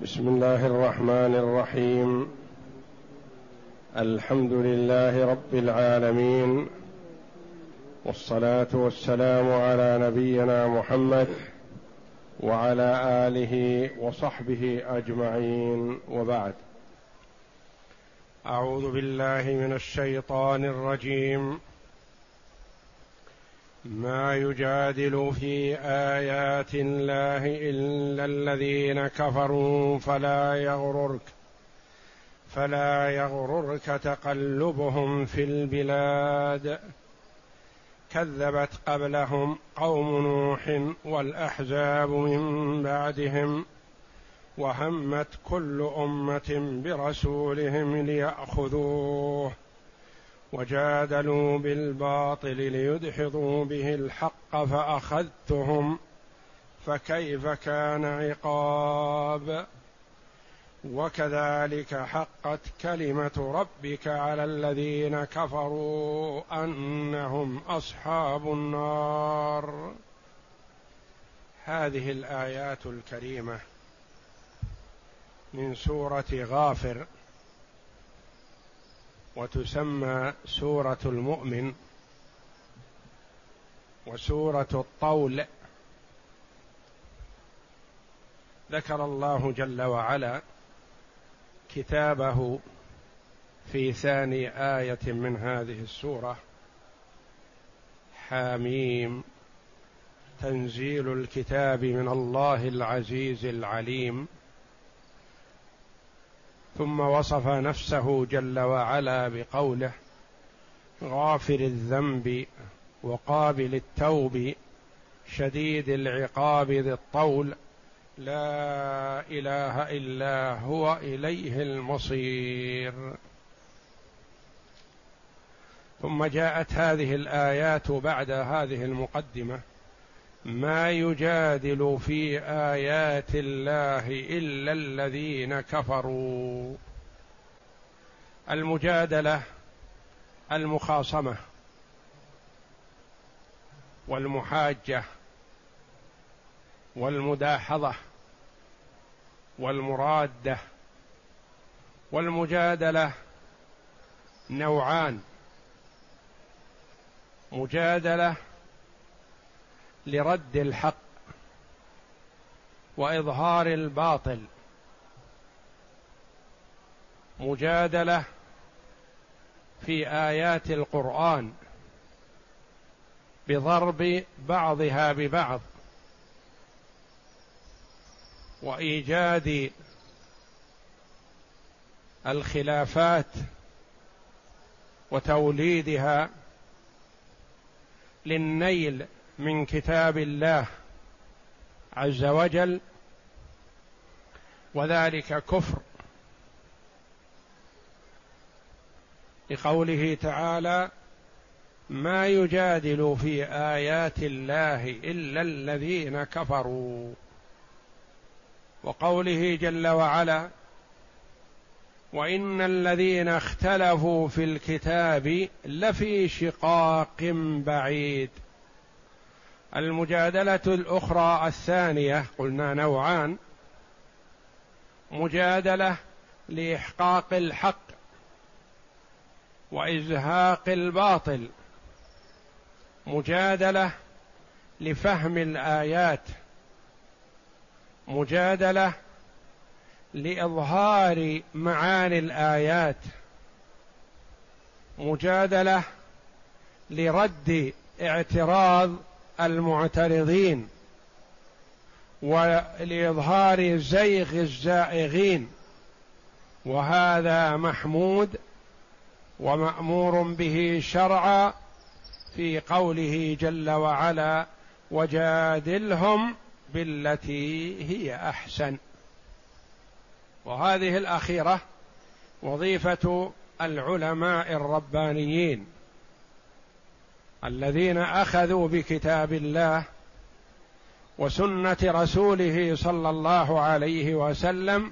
بسم الله الرحمن الرحيم. الحمد لله رب العالمين، والصلاة والسلام على نبينا محمد وعلى آله وصحبه أجمعين، وبعد. أعوذ بالله من الشيطان الرجيم. ما يجادل في آيات الله إلا الذين كفروا فلا يغررك تقلبهم في البلاد. كذبت قبلهم قوم نوح والأحزاب من بعدهم، وهمت كل أمة برسولهم ليأخذوه، وجادلوا بالباطل ليدحضوا به الحق فأخذتهم، فكيف كان عقاب. وكذلك حقت كلمة ربك على الذين كفروا أنهم أصحاب النار. هذه الآيات الكريمة من سورة غافر، وتسمى سورة المؤمن وسورة الطول. ذكر الله جل وعلا كتابه في ثاني آية من هذه السورة: حاميم، تنزيل الكتاب من الله العزيز العليم. ثم وصف نفسه جل وعلا بقوله: غافر الذنب وقابل التوب شديد العقاب ذي الطول لا إله إلا هو إليه المصير. ثم جاءت هذه الآيات بعد هذه المقدمة: ما يجادل في آيات الله إلا الذين كفروا. المجادلة المخاصمة والمحاجة والمداحضة والمرادة. والمجادلة نوعان: مجادلة لرد الحق وإظهار الباطل، مجادلة في آيات القرآن بضرب بعضها ببعض وإيجاد الخلافات وتوليدها للنيل من كتاب الله عز وجل، وذلك كفر، لقوله تعالى: ما يجادل في آيات الله إلا الذين كفروا. وقوله جل وعلا: وإن الذين اختلفوا في الكتاب لفي شقاق بعيد. المجادلة الأخرى الثانية قلنا نوعان: مجادلة لإحقاق الحق وإزهاق الباطل، مجادلة لفهم الآيات، مجادلة لإظهار معاني الآيات، مجادلة لرد اعتراض المعترضين ولإظهار زيغ الزائغين. وهذا محمود ومأمور به شرعا في قوله جل وعلا: وجادلهم بالتي هي أحسن. وهذه الأخيرة وظيفة العلماء الربانيين الذين أخذوا بكتاب الله وسنة رسوله صلى الله عليه وسلم،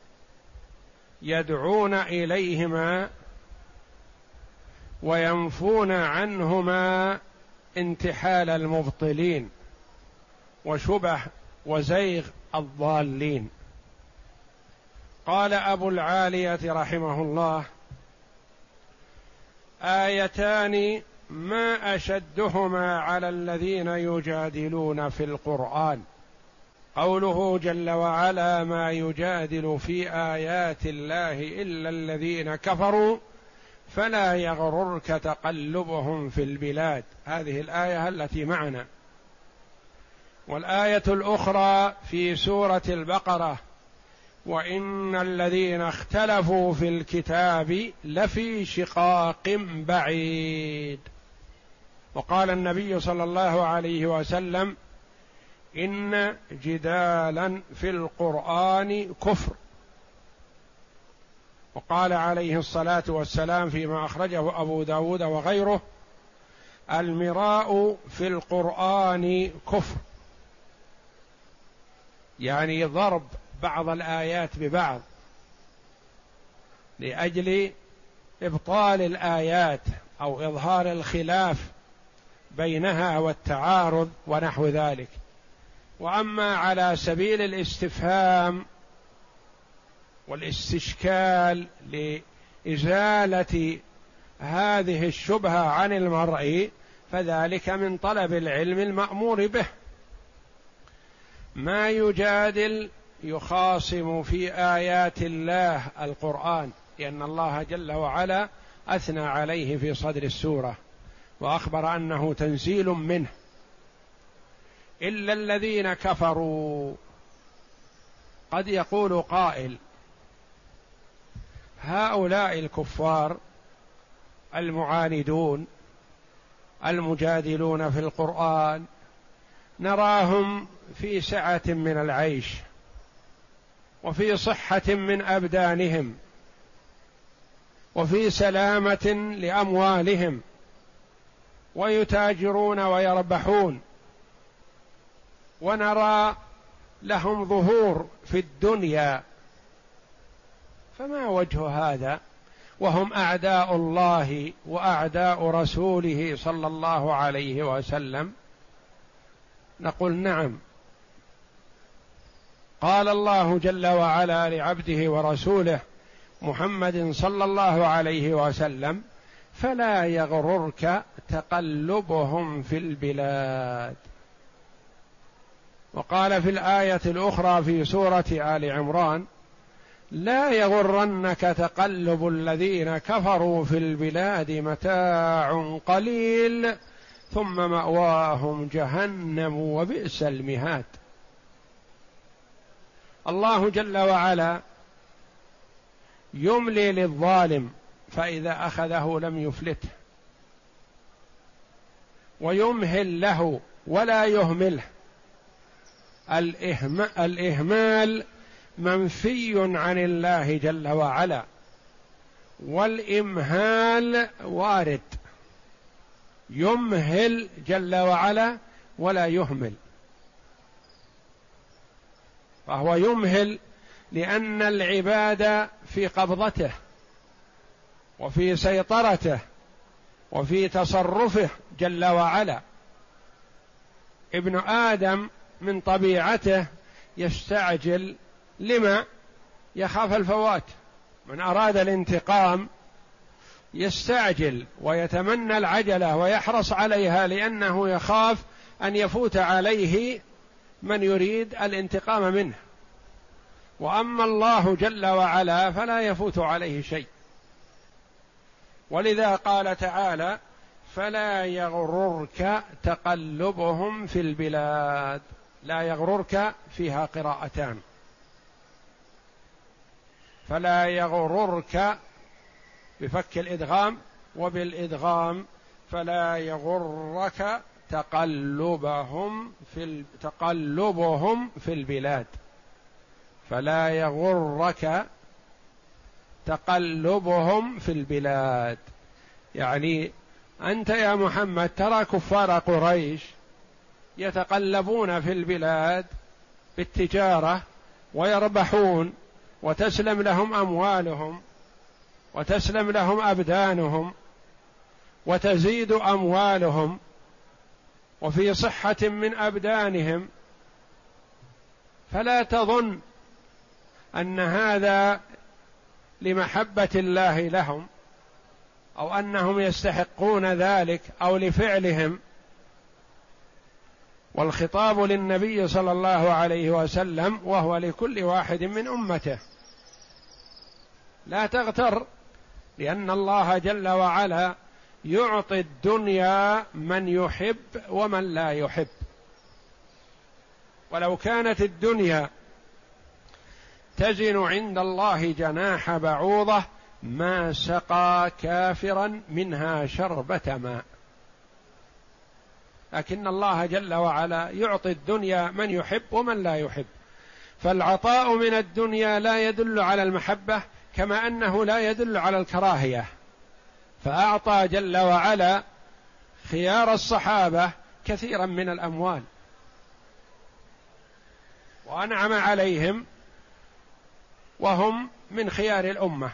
يدعون إليهما وينفون عنهما انتحال المبطلين وشبه وزيغ الضالين. قال أبو العالية رحمه الله: آيتان ما أشدهما على الذين يجادلون في القرآن، قوله جل وعلا: ما يجادل في آيات الله إلا الذين كفروا فلا يغررك تقلبهم في البلاد. هذه الآية التي معنا. والآية الأخرى في سورة البقرة: وإن الذين اختلفوا في الكتاب لفي شقاق بعيد. وقال النبي صلى الله عليه وسلم: إن جدالا في القرآن كفر. وقال عليه الصلاة والسلام فيما أخرجه أبو داود وغيره: المراء في القرآن كفر، يعني ضرب بعض الآيات ببعض لأجل إبطال الآيات أو إظهار الخلاف بينها والتعارض ونحو ذلك. وأما على سبيل الاستفهام والاستشكال لإزالة هذه الشبهة عن المرء فذلك من طلب العلم المأمور به. ما يجادل يخاصم في آيات الله القرآن، لأن الله جل وعلا أثنى عليه في صدر السورة وأخبر أنه تنزيل منه. إلا الذين كفروا. قد يقول قائل: هؤلاء الكفار المعاندون المجادلون في القرآن نراهم في سعة من العيش وفي صحة من أبدانهم وفي سلامة لأموالهم ويتاجرون ويربحون، ونرى لهم ظهور في الدنيا، فما وجه هذا وهم أعداء الله وأعداء رسوله صلى الله عليه وسلم؟ نقول: نعم. قال الله جل وعلا لعبده ورسوله محمد صلى الله عليه وسلم: فلا يغررك تقلبهم في البلاد. وقال في الآية الأخرى في سورة آل عمران: لا يغرنك تقلب الذين كفروا في البلاد متاع قليل ثم مأواهم جهنم وبئس المهاد. الله جل وعلا يملي للظالم فإذا أخذه لم يفلته، ويمهل له ولا يهمله. الإهمال منفي عن الله جل وعلا، والإمهال وارد، يمهل جل وعلا ولا يهمل. فهو يمهل لأن العباد في قبضته وفي سيطرته وفي تصرفه جل وعلا. ابن آدم من طبيعته يستعجل، لما؟ يخاف الفوات. من أراد الانتقام يستعجل ويتمنى العجلة ويحرص عليها لأنه يخاف أن يفوت عليه من يريد الانتقام منه. وأما الله جل وعلا فلا يفوت عليه شيء، ولذا قال تعالى: فلا يغررك تقلبهم في البلاد. لا يغررك فيها قراءتان: فلا يغررك بفك الإدغام، وبالإدغام فلا يغرك تقلبهم في البلاد. فلا يغرك تقلبهم في البلاد، يعني أنت يا محمد ترى كفار قريش يتقلبون في البلاد بالتجارة ويربحون، وتسلم لهم أموالهم وتسلم لهم أبدانهم وتزيد أموالهم وفي صحة من أبدانهم، فلا تظن أن هذا لمحبة الله لهم أو أنهم يستحقون ذلك أو لفعلهم، والخطاب للنبي صلى الله عليه وسلم وهو لكل واحد من أمته. لا تغتر، لأن الله جل وعلا يعطي الدنيا من يحب ومن لا يحب، ولو كانت الدنيا تزن عند الله جناح بعوضة ما سقى كافرا منها شربة ماء، لكن الله جل وعلا يعطي الدنيا من يحب ومن لا يحب، فالعطاء من الدنيا لا يدل على المحبة كما أنه لا يدل على الكراهية، فأعطى جل وعلا خيار الصحابة كثيرا من الأموال وأنعم عليهم وهم من خيار الأمة،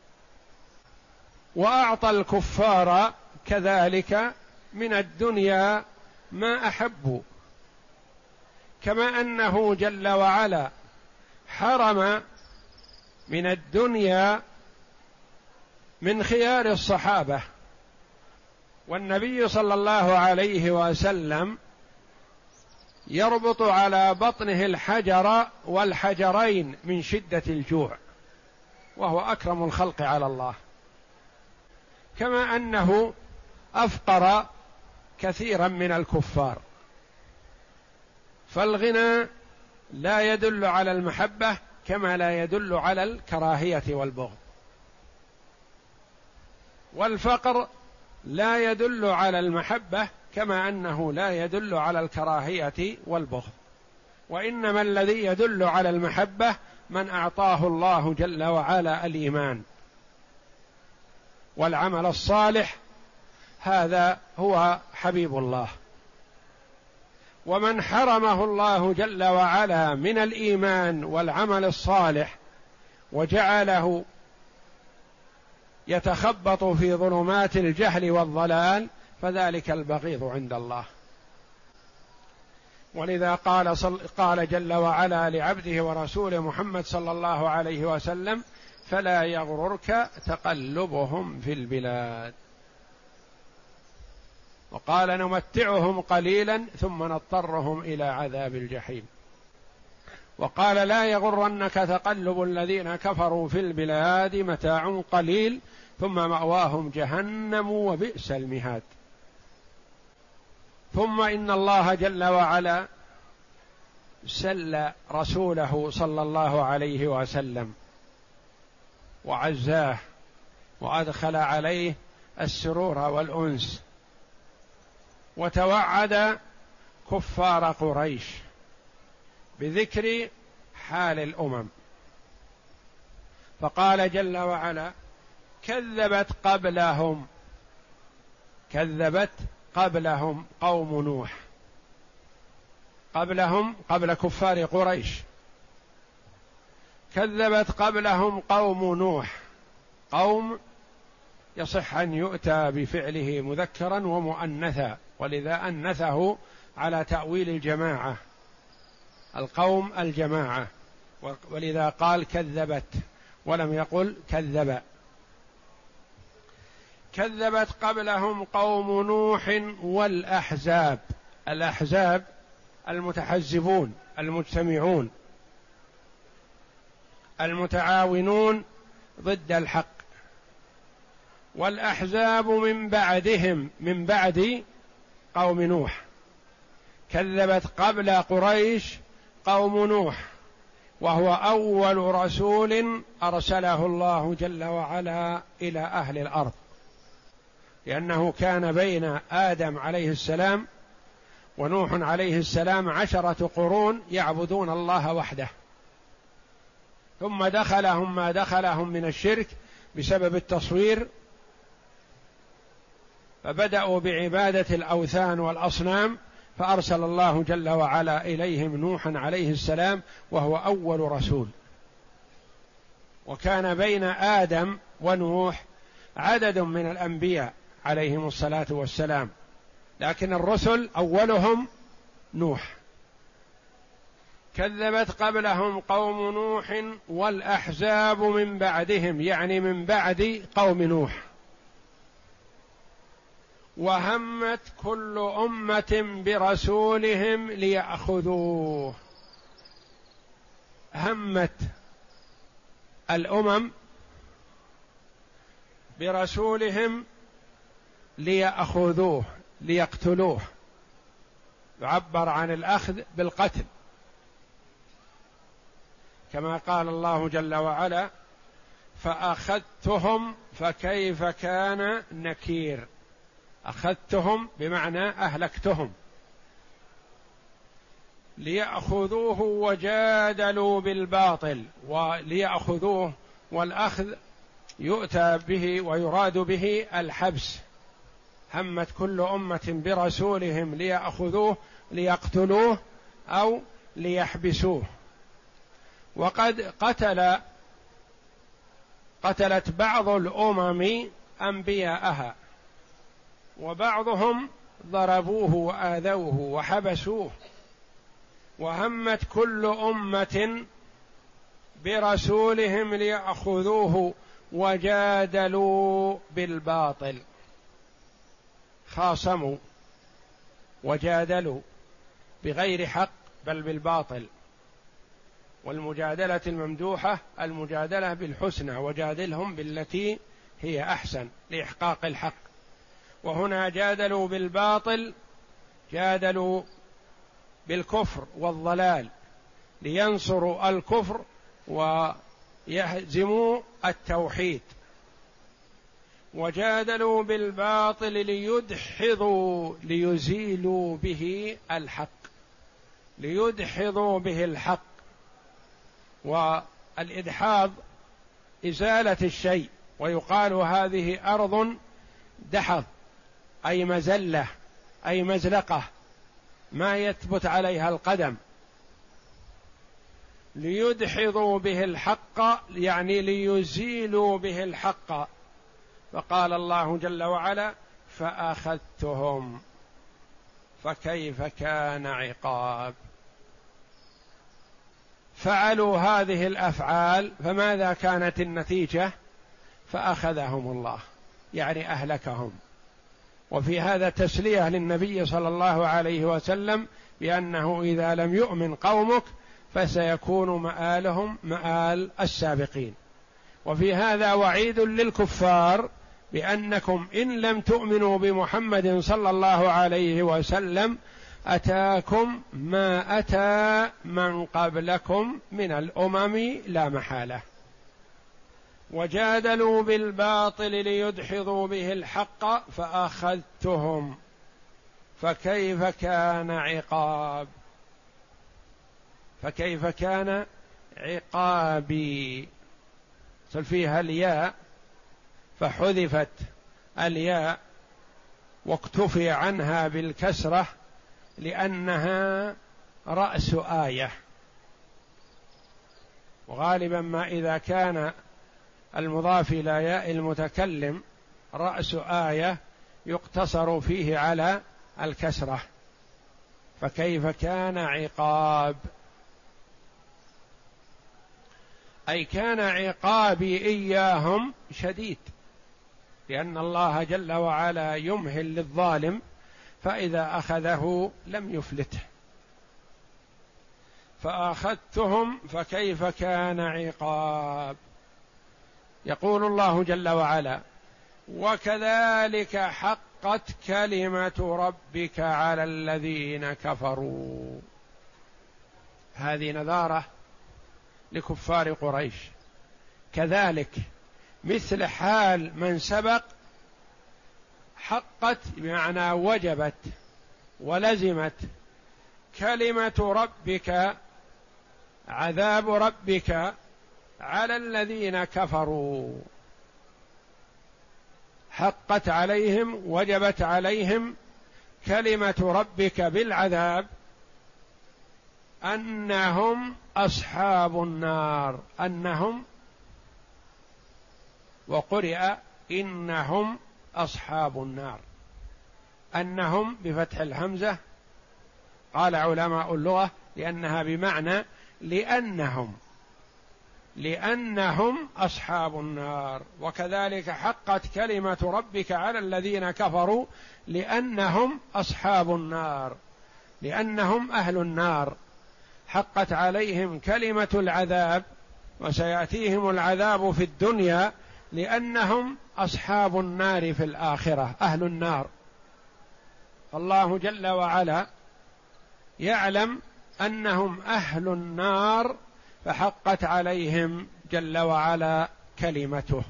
وأعطى الكفار كذلك من الدنيا ما أحبوا، كما أنه جل وعلا حرم من الدنيا من خيار الصحابة، والنبي صلى الله عليه وسلم يربط على بطنه الحجر والحجرين من شدة الجوع، وهو أكرم الخلق على الله، كما أنه أفقر كثيرا من الكفار. فالغنى لا يدل على المحبة كما لا يدل على الكراهية والبغض، والفقر لا يدل على المحبة كما أنه لا يدل على الكراهية والبغض، وإنما الذي يدل على المحبة من أعطاه الله جل وعلا الإيمان والعمل الصالح، هذا هو حبيب الله. ومن حرمه الله جل وعلا من الإيمان والعمل الصالح وجعله يتخبط في ظلمات الجهل والضلال فذلك البغيض عند الله. ولذا قال جل وعلا لعبده ورسوله محمد صلى الله عليه وسلم: فلا يغررك تقلبهم في البلاد. وقال: نمتعهم قليلا ثم نضطرهم إلى عذاب الجحيم. وقال: لا يغرنك تقلب الذين كفروا في البلاد متاع قليل ثم مأواهم جهنم وبئس المهاد. ثم إن الله جل وعلا سل رسوله صلى الله عليه وسلم وعزاه وأدخل عليه السرور والأنس، وتوعد كفار قريش بذكر حال الأمم، فقال جل وعلا: كذبت قبلهم قوم نوح. قبل كفار قريش كذبت قبلهم قوم نوح. قوم يصح أن يؤتى بفعله مذكرا ومؤنثا، ولذا أنثه على تأويل الجماعة، القوم الجماعة، ولذا قال كذبت ولم يقل كذب. كذبت قبلهم قوم نوح والأحزاب. الأحزاب المتحزبون المجتمعون المتعاونون ضد الحق، والأحزاب من بعدهم من بعد قوم نوح. كذبت قبل قريش قوم نوح، وهو أول رسول أرسله الله جل وعلا إلى أهل الأرض، لأنه كان بين آدم عليه السلام ونوح عليه السلام 10 قرون يعبدون الله وحده، ثم دخلهم ما دخلهم من الشرك بسبب التصوير، فبدأوا بعبادة الأوثان والأصنام، فأرسل الله جل وعلا إليهم نوحا عليه السلام وهو أول رسول. وكان بين آدم ونوح عدد من الأنبياء عليهم الصلاة والسلام، لكن الرسل أولهم نوح. كذبت قبلهم قوم نوح والأحزاب من بعدهم، يعني من بعد قوم نوح. وهمت كل أمة برسولهم ليأخذوه. همت الأمم برسولهم ليأخذوه، ليقتلوه، يعبر عن الأخذ بالقتل، كما قال الله جل وعلا: فأخذتهم فكيف كان نكير. أخذتهم بمعنى أهلكتهم. ليأخذوه وجادلوا بالباطل، وليأخذوه والأخذ يؤتى به ويراد به الحبس. همت كل أمة برسولهم ليأخذوه، ليقتلوه أو ليحبسوه. وقد قتلت بعض الأمم أنبياءها، وبعضهم ضربوه وآذوه وحبسوه. وهمت كل أمة برسولهم ليأخذوه وجادلوا بالباطل. خاصموا وجادلوا بغير حق بل بالباطل. والمجادلة الممدوحة المجادلة بالحسنى، وجادلهم بالتي هي أحسن لإحقاق الحق. وهنا جادلوا بالباطل، جادلوا بالكفر والضلال لينصروا الكفر ويهزموا التوحيد. وجادلوا بالباطل ليدحضوا، ليزيلوا به الحق، ليدحضوا به الحق. والإدحاض إزالة الشيء، ويقال هذه أرض دحض، أي مزلة، أي مزلقة ما يثبت عليها القدم. ليدحضوا به الحق يعني ليزيلوا به الحق. فقال الله جل وعلا: فأخذتهم فكيف كان عقاب. فعلوا هذه الأفعال، فماذا كانت النتيجة؟ فأخذهم الله، يعني أهلكهم. وفي هذا تسلية للنبي صلى الله عليه وسلم بأنه إذا لم يؤمن قومك فسيكون مآلهم مآل السابقين. وفي هذا وعيد للكفار بأنكم إن لم تؤمنوا بمحمد صلى الله عليه وسلم أتاكم ما أتى من قبلكم من الأمم لا محالة. وجادلوا بالباطل ليدحضوا به الحق فأخذتهم فكيف كان عقاب. فكيف كان عقابي. صل فيها الياء فحذفت الياء واكتفي عنها بالكسرة لأنها رأس آية. وغالبا ما إذا كان المضاف إلى ياء المتكلم رأس آية يقتصر فيه على الكسرة. فكيف كان عقاب، أي كان عقابي إياهم شديد، لأن الله جل وعلا يمهل للظالم فإذا أخذه لم يفلته. فأخذتهم فكيف كان عقاب. يقول الله جل وعلا: وكذلك حقت كلمة ربك على الذين كفروا. هذه نذارة لكفار قريش. كذلك مثل حال من سبق، حقت بمعنى وجبت ولزمت كلمة ربك، عذاب ربك على الذين كفروا. حقت عليهم، وجبت عليهم كلمة ربك بالعذاب أنهم أصحاب النار. أنهم، وقرئ إنهم أصحاب النار. أنهم بفتح الهمزة، قال علماء اللغة لأنها بمعنى لأنهم أصحاب النار. وكذلك حقت كلمة ربك على الذين كفروا لأنهم أصحاب النار، لأنهم أهل النار، حقت عليهم كلمة العذاب، وسيأتيهم العذاب في الدنيا لأنهم أصحاب النار في الآخرة، أهل النار. الله جل وعلا يعلم أنهم أهل النار، فحقت عليهم جل وعلا كلمته.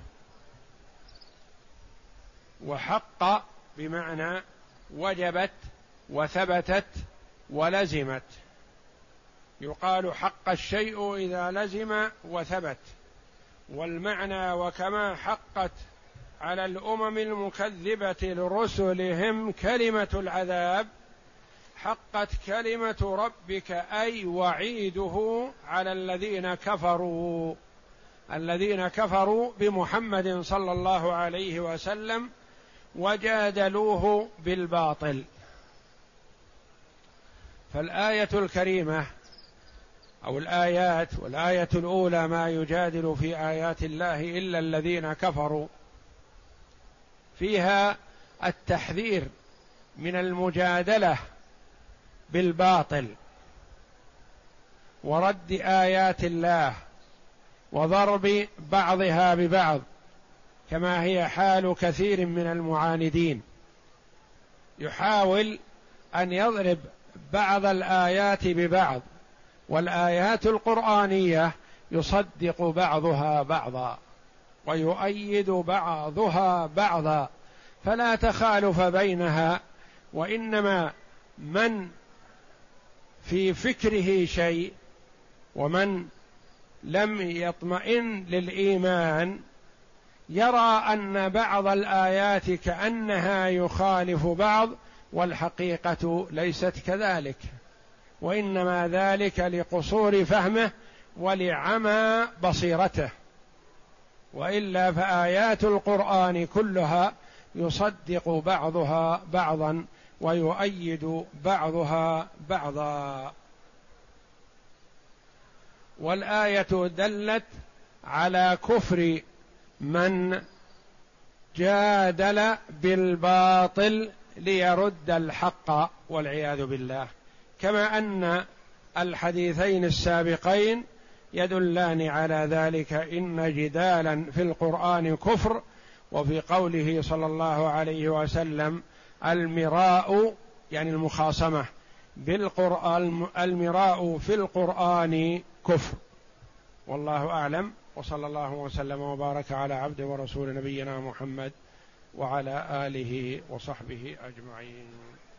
وحق بمعنى وجبت وثبتت ولزمت. يقال حق الشيء إذا لزم وثبت، والمعنى وكما حقت على الأمم المكذبة لرسلهم كلمة العذاب، حقت كلمة ربك أي وعيده على الذين كفروا بمحمد صلى الله عليه وسلم وجادلوه بالباطل. فالآية الكريمة أو الآيات، والآية الأولى ما يجادل في آيات الله إلا الذين كفروا، فيها التحذير من المجادلة بالباطل ورد آيات الله وضرب بعضها ببعض، كما هي حال كثير من المعاندين، يحاول أن يضرب بعض الآيات ببعض، والآيات القرآنية يصدق بعضها بعضا ويؤيد بعضها بعضا، فلا تخالف بينها، وإنما من في فكره شيء ومن لم يطمئن للإيمان يرى أن بعض الآيات كأنها يخالف بعض، والحقيقة ليست كذلك، وإنما ذلك لقصور فهمه ولعمى بصيرته، وإلا فآيات القرآن كلها يصدق بعضها بعضا ويؤيد بعضها بعضا. والآية دلت على كفر من جادل بالباطل ليرد الحق والعياذ بالله، كما أن الحديثين السابقين يدلان على ذلك، إن جدالا في القرآن كفر، وفي قوله صلى الله عليه وسلم المراء يعني المخاصمة بالقرآن، المراء في القرآن كفر. والله أعلم، وصلى الله وسلم وبارك على عبد ورسول نبينا محمد وعلى آله وصحبه أجمعين.